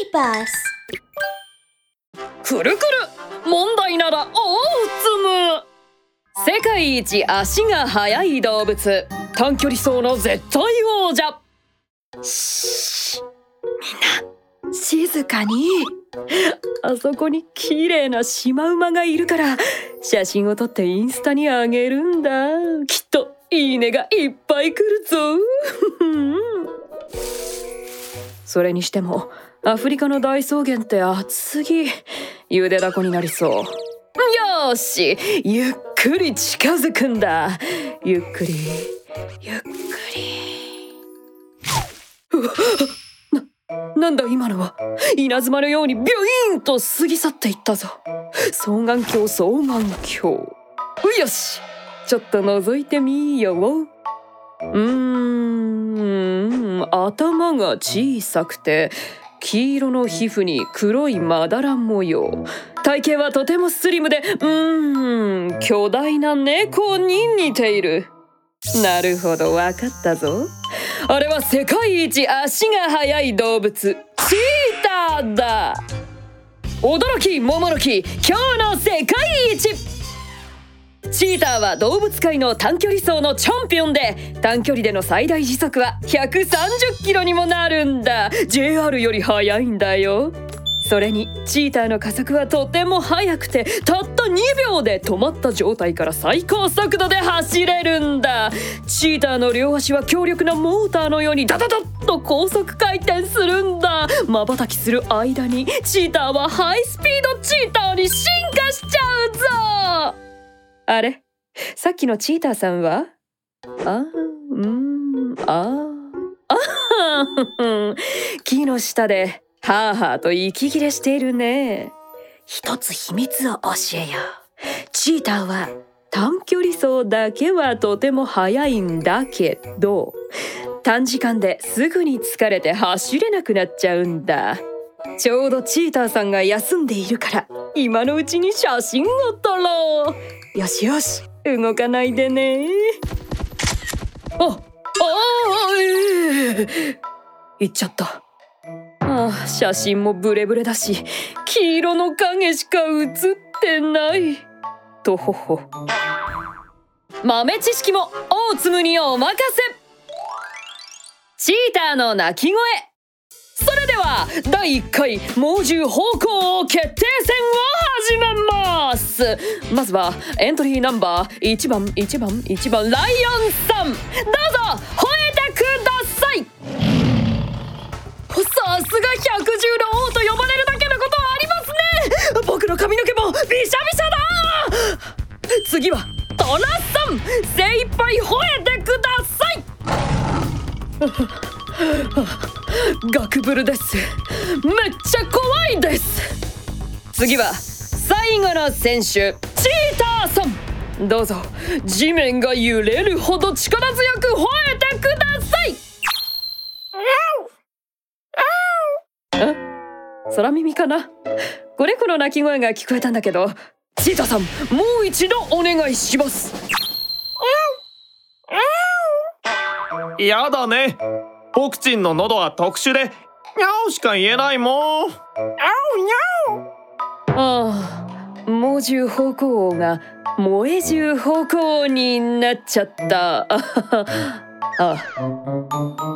バス。 くるくる問題ならオーツム。世界一足が速い動物、短距離走の絶対王者。 しー、みんな静かに。 あそこに綺麗なシマウマがいるから写真を撮ってインスタにあげるんだ。きっといいねがいっぱい来るぞ。それにしてもアフリカの大草原って暑すぎ、ゆでだこになりそう。よーし、ゆっくり近づくんだ。ゆっくりゆっくり。なんだ今のは。稲妻のようにビュイーンと過ぎ去っていったぞ。双眼鏡双眼鏡。よし、ちょっと覗いてみよう。頭が小さくて黄色の皮膚に黒いまだら模様。体型はとてもスリムで巨大な猫に似ている。なるほど、わかったぞ。あれは世界一足が速い動物、チーターだ。驚き桃の木、今日の世界一。チーターは動物界の短距離走のチャンピオンで、短距離での最大時速は130キロにもなるんだ。 JR より速いんだよ。それにチーターの加速はとても速くて、たった2秒で止まった状態から最高速度で走れるんだ。チーターの両足は強力なモーターのようにダダダッと高速回転するんだ。瞬きする間にチーターはハイスピードチーターに進化しちゃうぞ。あれ、さっきのチーターさんは？木の下ではあはあと息切れしているね。 一つ秘密を教えよう。チーターは短距離走だけはとても速いんだけど、短時間ですぐに疲れて走れなくなっちゃうんだ。ちょうどチーターさんが休んでいるから今のうちに写真を撮ろう。よしよし、動かないでね。行っちゃった。写真もブレブレだし、黄色の影しか写ってない。とほほ。豆知識も大粒にお任せ。チーターの鳴き声。それでは第1回猛獣方向決定戦を始めます。まずはエントリーナンバー1番ライオンさん、どうぞ吠えてください。さすが百獣の王と呼ばれるだけのことはありますね。僕の髪の毛もビシャビシャだ。次はトラさん、精一杯吠えてください。ガクブルです。めっちゃ怖いです。次は最後の選手、チーターさん、どうぞ地面が揺れるほど力強く吠えてください。空耳かな。子猫の鳴き声が聞こえたんだけど、チーターさん、もう一度お願いします。 やだね、ポクチンの喉は特殊でニャオしか言えないもん。 猛獣方向王が萌え獣方向王になっちゃった。